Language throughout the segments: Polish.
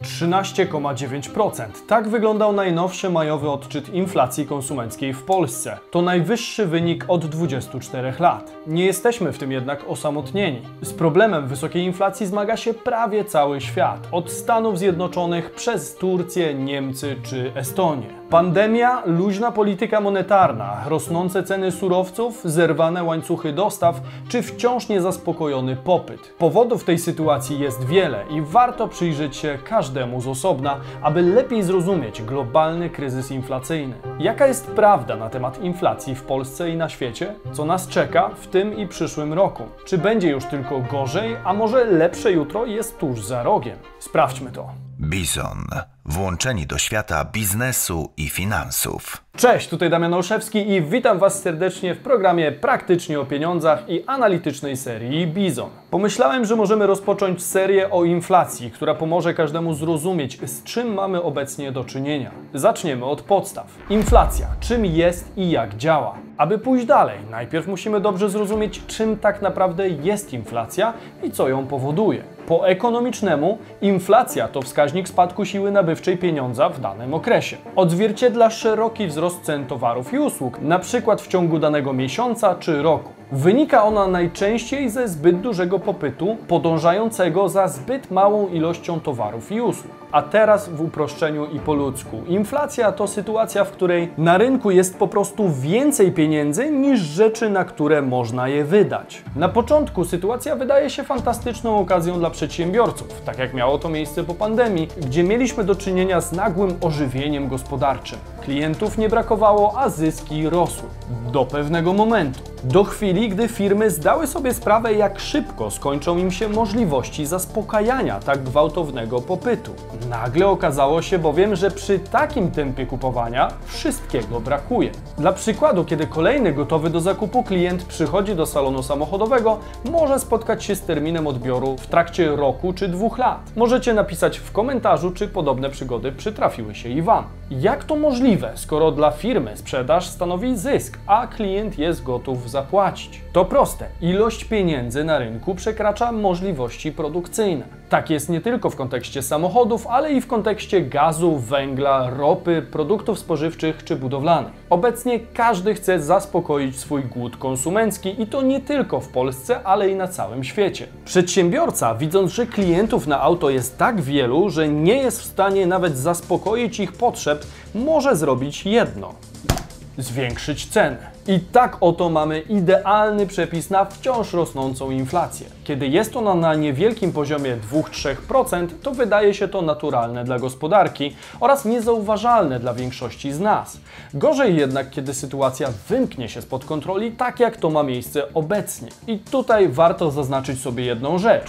13,9%. Tak wyglądał najnowszy majowy odczyt inflacji konsumenckiej w Polsce. To najwyższy wynik od 24 lat. Nie jesteśmy w tym jednak osamotnieni. Z problemem wysokiej inflacji zmaga się prawie cały świat. Od Stanów Zjednoczonych przez Turcję, Niemcy czy Estonię. Pandemia, luźna polityka monetarna, rosnące ceny surowców, zerwane łańcuchy dostaw czy wciąż niezaspokojony popyt. Powodów tej sytuacji jest wiele i warto przyjrzeć się każdemu z osobna, aby lepiej zrozumieć globalny kryzys inflacyjny. Jaka jest prawda na temat inflacji w Polsce i na świecie? Co nas czeka w tym i przyszłym roku? Czy będzie już tylko gorzej, a może lepsze jutro jest tuż za rogiem? Sprawdźmy to. Bizon. Włączeni do świata biznesu i finansów. Cześć, tutaj Damian Olszewski i witam Was serdecznie w programie Praktycznie o pieniądzach i analitycznej serii Bizon. Pomyślałem, że możemy rozpocząć serię o inflacji, która pomoże każdemu zrozumieć, z czym mamy obecnie do czynienia. Zaczniemy od podstaw. Inflacja. Czym jest i jak działa? Aby pójść dalej, najpierw musimy dobrze zrozumieć, czym tak naprawdę jest inflacja i co ją powoduje. Po ekonomicznemu, inflacja to wskaźnik spadku siły nabywczej pieniądza w danym okresie. Odzwierciedla szeroki wzrost cen towarów i usług, np. w ciągu danego miesiąca czy roku. Wynika ona najczęściej ze zbyt dużego popytu, podążającego za zbyt małą ilością towarów i usług. A teraz w uproszczeniu i po ludzku. Inflacja to sytuacja, w której na rynku jest po prostu więcej pieniędzy niż rzeczy, na które można je wydać. Na początku sytuacja wydaje się fantastyczną okazją dla przedsiębiorców, tak jak miało to miejsce po pandemii, gdzie mieliśmy do czynienia z nagłym ożywieniem gospodarczym. Klientów nie brakowało, a zyski rosły. Do pewnego momentu. Do chwili, gdy firmy zdały sobie sprawę, jak szybko skończą im się możliwości zaspokajania tak gwałtownego popytu. Nagle okazało się bowiem, że przy takim tempie kupowania wszystkiego brakuje. Dla przykładu, kiedy kolejny gotowy do zakupu klient przychodzi do salonu samochodowego, może spotkać się z terminem odbioru w trakcie roku czy 2 lat. Możecie napisać w komentarzu, czy podobne przygody przytrafiły się i Wam. Jak to możliwe, skoro dla firmy sprzedaż stanowi zysk, a klient jest gotów zapłacić? To proste. Ilość pieniędzy na rynku przekracza możliwości produkcyjne. Tak jest nie tylko w kontekście samochodów, ale i w kontekście gazu, węgla, ropy, produktów spożywczych czy budowlanych. Obecnie każdy chce zaspokoić swój głód konsumencki i to nie tylko w Polsce, ale i na całym świecie. Przedsiębiorca, widząc, że klientów na auto jest tak wielu, że nie jest w stanie nawet zaspokoić ich potrzeb, może zrobić jedno: zwiększyć ceny. I tak oto mamy idealny przepis na wciąż rosnącą inflację. Kiedy jest ona na niewielkim poziomie 2-3%, to wydaje się to naturalne dla gospodarki oraz niezauważalne dla większości z nas. Gorzej jednak, kiedy sytuacja wymknie się spod kontroli, tak jak to ma miejsce obecnie. I tutaj warto zaznaczyć sobie jedną rzecz.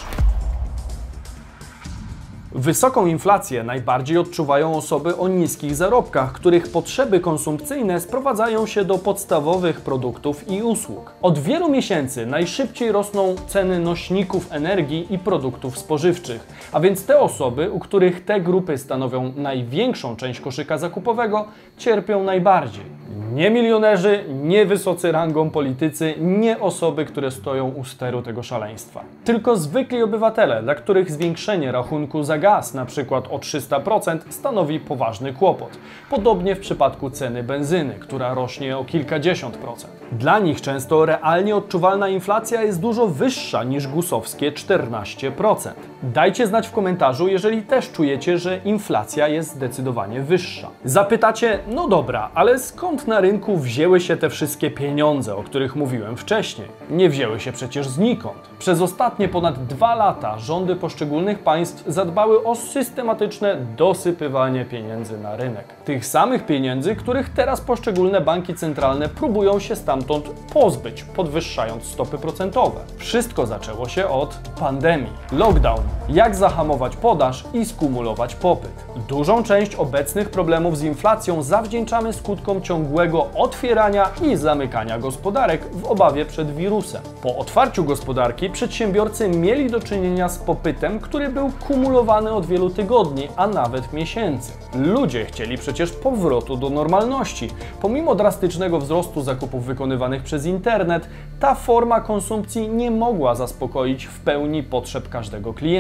Wysoką inflację najbardziej odczuwają osoby o niskich zarobkach, których potrzeby konsumpcyjne sprowadzają się do podstawowych produktów i usług. Od wielu miesięcy najszybciej rosną ceny nośników energii i produktów spożywczych, a więc te osoby, u których te grupy stanowią największą część koszyka zakupowego, cierpią najbardziej. Nie milionerzy, nie wysocy rangą politycy, nie osoby, które stoją u steru tego szaleństwa. Tylko zwykli obywatele, dla których zwiększenie rachunku za gaz, na przykład o 300%, stanowi poważny kłopot. Podobnie w przypadku ceny benzyny, która rośnie o kilkadziesiąt procent. Dla nich często realnie odczuwalna inflacja jest dużo wyższa niż gusowskie 14%. Dajcie znać w komentarzu, jeżeli też czujecie, że inflacja jest zdecydowanie wyższa. Zapytacie, no dobra, ale skąd na rynku wzięły się te wszystkie pieniądze, o których mówiłem wcześniej? Nie wzięły się przecież znikąd. Przez ostatnie ponad 2 lata rządy poszczególnych państw zadbały o systematyczne dosypywanie pieniędzy na rynek. Tych samych pieniędzy, których teraz poszczególne banki centralne próbują się stamtąd pozbyć, podwyższając stopy procentowe. Wszystko zaczęło się od pandemii. Lockdown. Jak zahamować podaż i skumulować popyt. Dużą część obecnych problemów z inflacją zawdzięczamy skutkom ciągłego otwierania i zamykania gospodarek w obawie przed wirusem. Po otwarciu gospodarki przedsiębiorcy mieli do czynienia z popytem, który był kumulowany od wielu tygodni, a nawet miesięcy. Ludzie chcieli przecież powrotu do normalności. Pomimo drastycznego wzrostu zakupów wykonywanych przez internet, ta forma konsumpcji nie mogła zaspokoić w pełni potrzeb każdego klienta.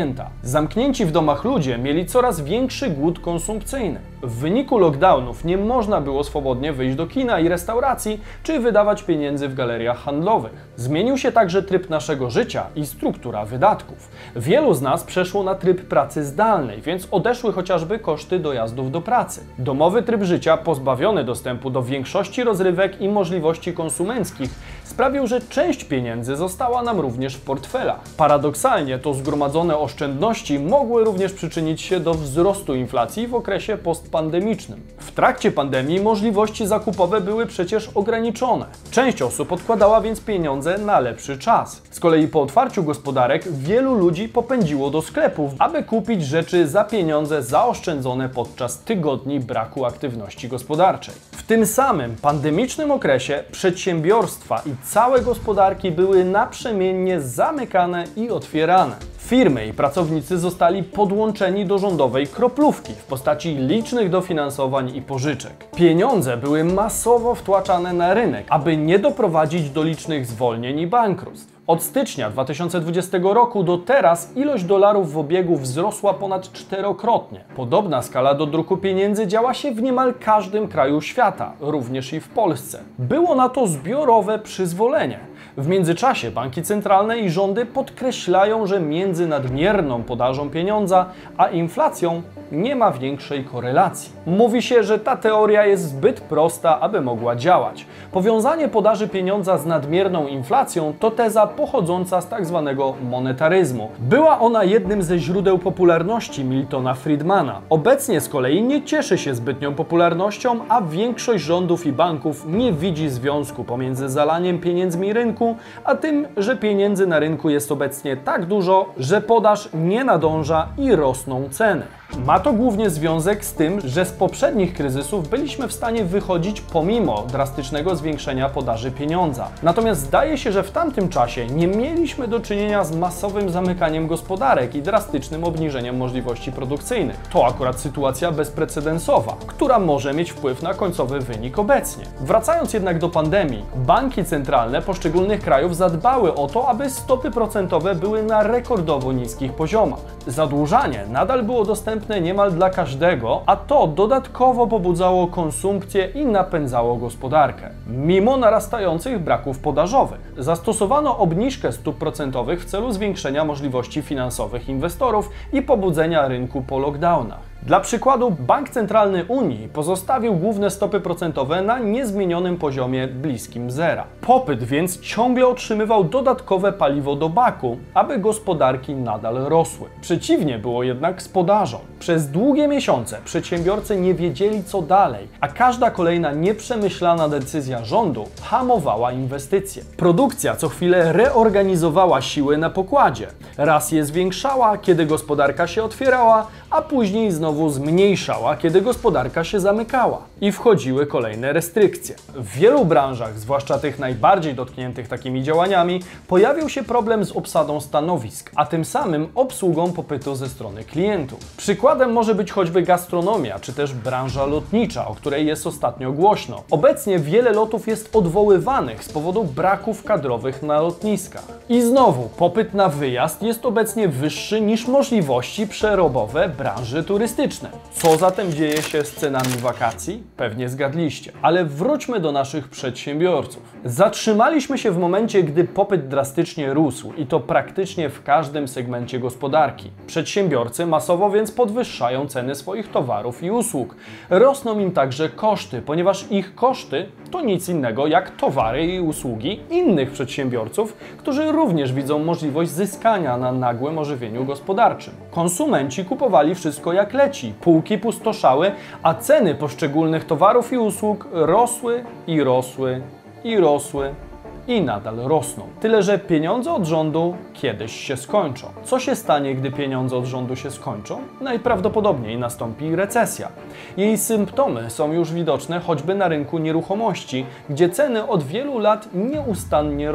zamknięta. Zamknięci w domach ludzie mieli coraz większy głód konsumpcyjny. W wyniku lockdownów nie można było swobodnie wyjść do kina i restauracji, czy wydawać pieniędzy w galeriach handlowych. Zmienił się także tryb naszego życia i struktura wydatków. Wielu z nas przeszło na tryb pracy zdalnej, więc odeszły chociażby koszty dojazdów do pracy. Domowy tryb życia, pozbawiony dostępu do większości rozrywek i możliwości konsumenckich, sprawił, że część pieniędzy została nam również w portfelach. Paradoksalnie to zgromadzone oszczędności mogły również przyczynić się do wzrostu inflacji w okresie postpandemicznym. W trakcie pandemii możliwości zakupowe były przecież ograniczone. Część osób odkładała więc pieniądze na lepszy czas. Z kolei po otwarciu gospodarek wielu ludzi popędziło do sklepów, aby kupić rzeczy za pieniądze zaoszczędzone podczas tygodni braku aktywności gospodarczej. W tym samym pandemicznym okresie przedsiębiorstwa i całe gospodarki były naprzemiennie zamykane i otwierane. Firmy i pracownicy zostali podłączeni do rządowej kroplówki w postaci licznych dofinansowań i pożyczek. Pieniądze były masowo wtłaczane na rynek, aby nie doprowadzić do licznych zwolnień i bankructw. Od stycznia 2020 roku do teraz ilość dolarów w obiegu wzrosła ponad 4-krotnie. Podobna skala do druku pieniędzy działa się w niemal każdym kraju świata, również i w Polsce. Było na to zbiorowe przyzwolenie. W międzyczasie banki centralne i rządy podkreślają, że między nadmierną podażą pieniądza a inflacją nie ma większej korelacji. Mówi się, że ta teoria jest zbyt prosta, aby mogła działać. Powiązanie podaży pieniądza z nadmierną inflacją to teza pochodząca z tzw. monetaryzmu. Była ona jednym ze źródeł popularności Miltona Friedmana. Obecnie z kolei nie cieszy się zbytnią popularnością, a większość rządów i banków nie widzi związku pomiędzy zalaniem pieniędzmi rynku, a tym, że pieniędzy na rynku jest obecnie tak dużo, że podaż nie nadąża i rosną ceny. Ma to głównie związek z tym, że z poprzednich kryzysów byliśmy w stanie wychodzić pomimo drastycznego zwiększenia podaży pieniądza. Natomiast zdaje się, że w tamtym czasie nie mieliśmy do czynienia z masowym zamykaniem gospodarek i drastycznym obniżeniem możliwości produkcyjnych. To akurat sytuacja bezprecedensowa, która może mieć wpływ na końcowy wynik obecnie. Wracając jednak do pandemii, banki centralne poszczególnych krajów zadbały o to, aby stopy procentowe były na rekordowo niskich poziomach. Zadłużanie nadal było dostępne niemal dla każdego, a to dodatkowo pobudzało konsumpcję i napędzało gospodarkę. Mimo narastających braków podażowych, zastosowano obniżkę stóp procentowych w celu zwiększenia możliwości finansowych inwestorów i pobudzenia rynku po lockdownach. Dla przykładu, Bank Centralny Unii pozostawił główne stopy procentowe na niezmienionym poziomie bliskim zera. Popyt więc ciągle otrzymywał dodatkowe paliwo do baku, aby gospodarki nadal rosły. Przeciwnie było jednak z podażą. Przez długie miesiące przedsiębiorcy nie wiedzieli co dalej, a każda kolejna nieprzemyślana decyzja rządu hamowała inwestycje. Produkcja co chwilę reorganizowała siły na pokładzie. Raz je zwiększała, kiedy gospodarka się otwierała, a później znowu zmniejszała, kiedy gospodarka się zamykała. I wchodziły kolejne restrykcje. W wielu branżach, zwłaszcza tych najbardziej dotkniętych takimi działaniami, pojawił się problem z obsadą stanowisk, a tym samym obsługą popytu ze strony klientów. Przykładem może być choćby gastronomia, czy też branża lotnicza, o której jest ostatnio głośno. Obecnie wiele lotów jest odwoływanych z powodu braków kadrowych na lotniskach. I znowu, popyt na wyjazd jest obecnie wyższy niż możliwości przerobowe branży turystycznej. Co zatem dzieje się z cenami wakacji? Pewnie zgadliście. Ale wróćmy do naszych przedsiębiorców. Zatrzymaliśmy się w momencie, gdy popyt drastycznie rósł i to praktycznie w każdym segmencie gospodarki. Przedsiębiorcy masowo więc podwyższają ceny swoich towarów i usług. Rosną im także koszty, ponieważ ich koszty to nic innego jak towary i usługi innych przedsiębiorców, którzy również widzą możliwość zyskania na nagłym ożywieniu gospodarczym. Konsumenci kupowali wszystko jak leci, półki pustoszały, a ceny poszczególnych towarów i usług rosły i rosły i rosły i nadal rosną. Tyle, że pieniądze od rządu kiedyś się skończą. Co się stanie, gdy pieniądze od rządu się skończą? Najprawdopodobniej nastąpi recesja. Jej symptomy są już widoczne choćby na rynku nieruchomości, gdzie ceny od wielu lat nieustannie rosły.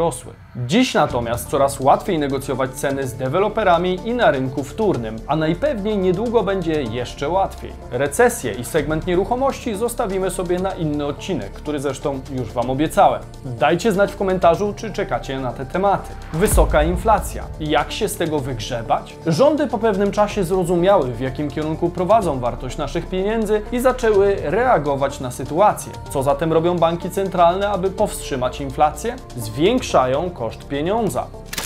Dziś natomiast coraz łatwiej negocjować ceny z deweloperami i na rynku wtórnym, a najpewniej niedługo będzie jeszcze łatwiej. Recesję i segment nieruchomości zostawimy sobie na inny odcinek, który zresztą już Wam obiecałem. Dajcie znać w komentarzu, czy czekacie na te tematy. Wysoka inflacja. Jak się z tego wygrzebać? Rządy po pewnym czasie zrozumiały, w jakim kierunku prowadzą wartość naszych pieniędzy i zaczęły reagować na sytuację. Co zatem robią banki centralne, aby powstrzymać inflację? Zwiększają koszt pieniądza.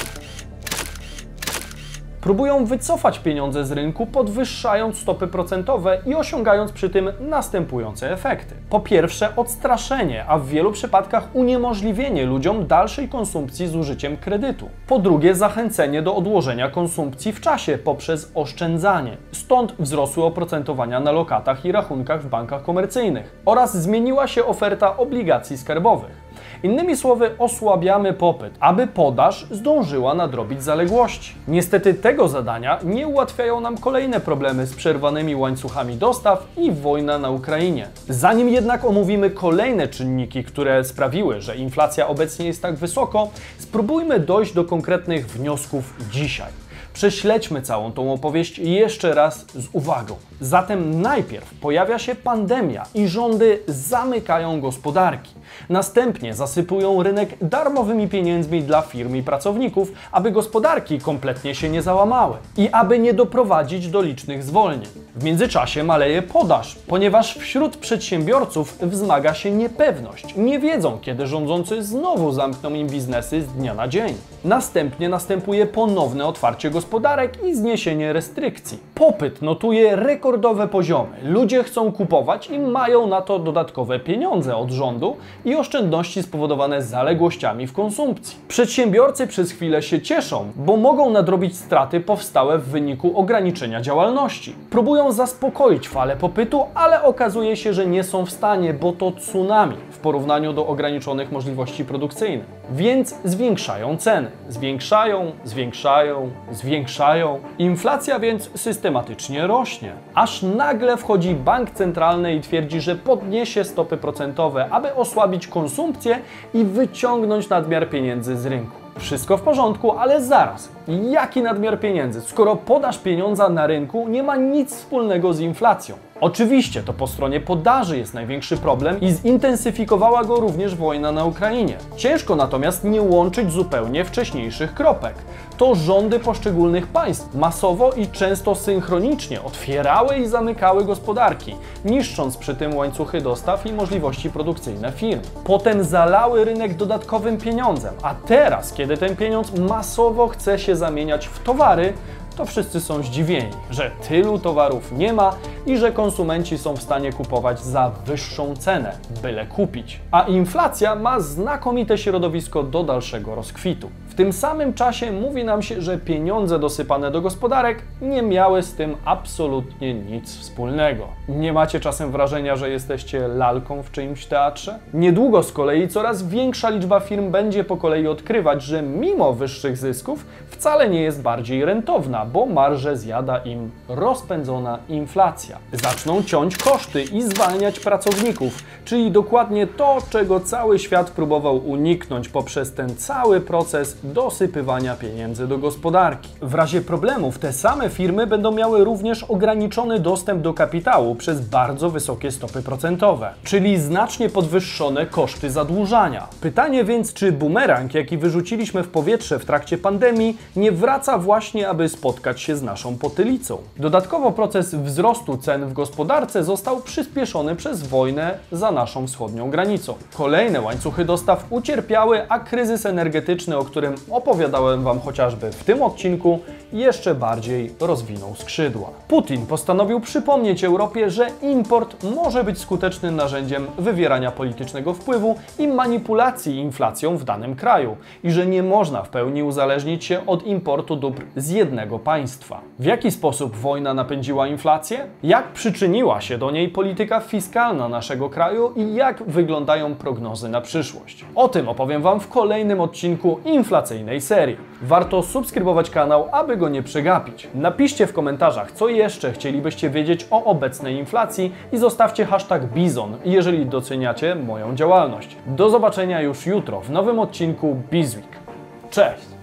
Próbują wycofać pieniądze z rynku, podwyższając stopy procentowe i osiągając przy tym następujące efekty. Po pierwsze, odstraszenie, a w wielu przypadkach uniemożliwienie ludziom dalszej konsumpcji z użyciem kredytu. Po drugie, zachęcenie do odłożenia konsumpcji w czasie poprzez oszczędzanie. Stąd wzrosły oprocentowania na lokatach i rachunkach w bankach komercyjnych oraz zmieniła się oferta obligacji skarbowych. Innymi słowy, osłabiamy popyt, aby podaż zdążyła nadrobić zaległości. Niestety tego zadania nie ułatwiają nam kolejne problemy z przerwanymi łańcuchami dostaw i wojna na Ukrainie. Zanim jednak omówimy kolejne czynniki, które sprawiły, że inflacja obecnie jest tak wysoko, spróbujmy dojść do konkretnych wniosków dzisiaj. Prześledźmy całą tą opowieść jeszcze raz z uwagą. Zatem najpierw pojawia się pandemia i rządy zamykają gospodarki. Następnie zasypują rynek darmowymi pieniędzmi dla firm i pracowników, aby gospodarki kompletnie się nie załamały i aby nie doprowadzić do licznych zwolnień. W międzyczasie maleje podaż, ponieważ wśród przedsiębiorców wzmaga się niepewność. Nie wiedzą, kiedy rządzący znowu zamkną im biznesy z dnia na dzień. Następnie następuje ponowne otwarcie gospodarek i zniesienie restrykcji. Popyt notuje rekordowe poziomy. Ludzie chcą kupować i mają na to dodatkowe pieniądze od rządu i oszczędności spowodowane zaległościami w konsumpcji. Przedsiębiorcy przez chwilę się cieszą, bo mogą nadrobić straty powstałe w wyniku ograniczenia działalności. Próbują zaspokoić falę popytu, ale okazuje się, że nie są w stanie, bo to tsunami w porównaniu do ograniczonych możliwości produkcyjnych. Więc zwiększają ceny. Zwiększają. Inflacja więc systematycznie rośnie. Aż nagle wchodzi bank centralny i twierdzi, że podniesie stopy procentowe, aby osłabić konsumpcję i wyciągnąć nadmiar pieniędzy z rynku. Wszystko w porządku, ale zaraz. Jaki nadmiar pieniędzy, skoro podaż pieniądza na rynku nie ma nic wspólnego z inflacją? Oczywiście to po stronie podaży jest największy problem i zintensyfikowała go również wojna na Ukrainie. Ciężko natomiast nie łączyć zupełnie wcześniejszych kropek. To rządy poszczególnych państw masowo i często synchronicznie otwierały i zamykały gospodarki, niszcząc przy tym łańcuchy dostaw i możliwości produkcyjne firm. Potem zalały rynek dodatkowym pieniądzem, a teraz, kiedy ten pieniądz masowo chce się zamieniać w towary, to wszyscy są zdziwieni, że tylu towarów nie ma i że konsumenci są w stanie kupować za wyższą cenę, byle kupić. A inflacja ma znakomite środowisko do dalszego rozkwitu. W tym samym czasie mówi nam się, że pieniądze dosypane do gospodarek nie miały z tym absolutnie nic wspólnego. Nie macie czasem wrażenia, że jesteście lalką w czyimś teatrze? Niedługo z kolei coraz większa liczba firm będzie po kolei odkrywać, że mimo wyższych zysków wcale nie jest bardziej rentowna, bo marżę zjada im rozpędzona inflacja. Zaczną ciąć koszty i zwalniać pracowników, czyli dokładnie to, czego cały świat próbował uniknąć poprzez ten cały proces dosypywania pieniędzy do gospodarki. W razie problemów te same firmy będą miały również ograniczony dostęp do kapitału przez bardzo wysokie stopy procentowe, czyli znacznie podwyższone koszty zadłużania. Pytanie więc, czy bumerang, jaki wyrzuciliśmy w powietrze w trakcie pandemii, nie wraca właśnie, aby spotkać się z naszą potylicą. Dodatkowo proces wzrostu cen w gospodarce został przyspieszony przez wojnę za naszą wschodnią granicą. Kolejne łańcuchy dostaw ucierpiały, a kryzys energetyczny, o którym opowiadałem Wam chociażby w tym odcinku, jeszcze bardziej rozwinął skrzydła. Putin postanowił przypomnieć Europie, że import może być skutecznym narzędziem wywierania politycznego wpływu i manipulacji inflacją w danym kraju i że nie można w pełni uzależnić się od importu dóbr z jednego państwa. W jaki sposób wojna napędziła inflację? Jak przyczyniła się do niej polityka fiskalna naszego kraju i jak wyglądają prognozy na przyszłość? O tym opowiem Wam w kolejnym odcinku inflacyjnej serii. Warto subskrybować kanał, aby go nie przegapić. Napiszcie w komentarzach, co jeszcze chcielibyście wiedzieć o obecnej inflacji i zostawcie #Bizon, jeżeli doceniacie moją działalność. Do zobaczenia już jutro w nowym odcinku Bizweek. Cześć!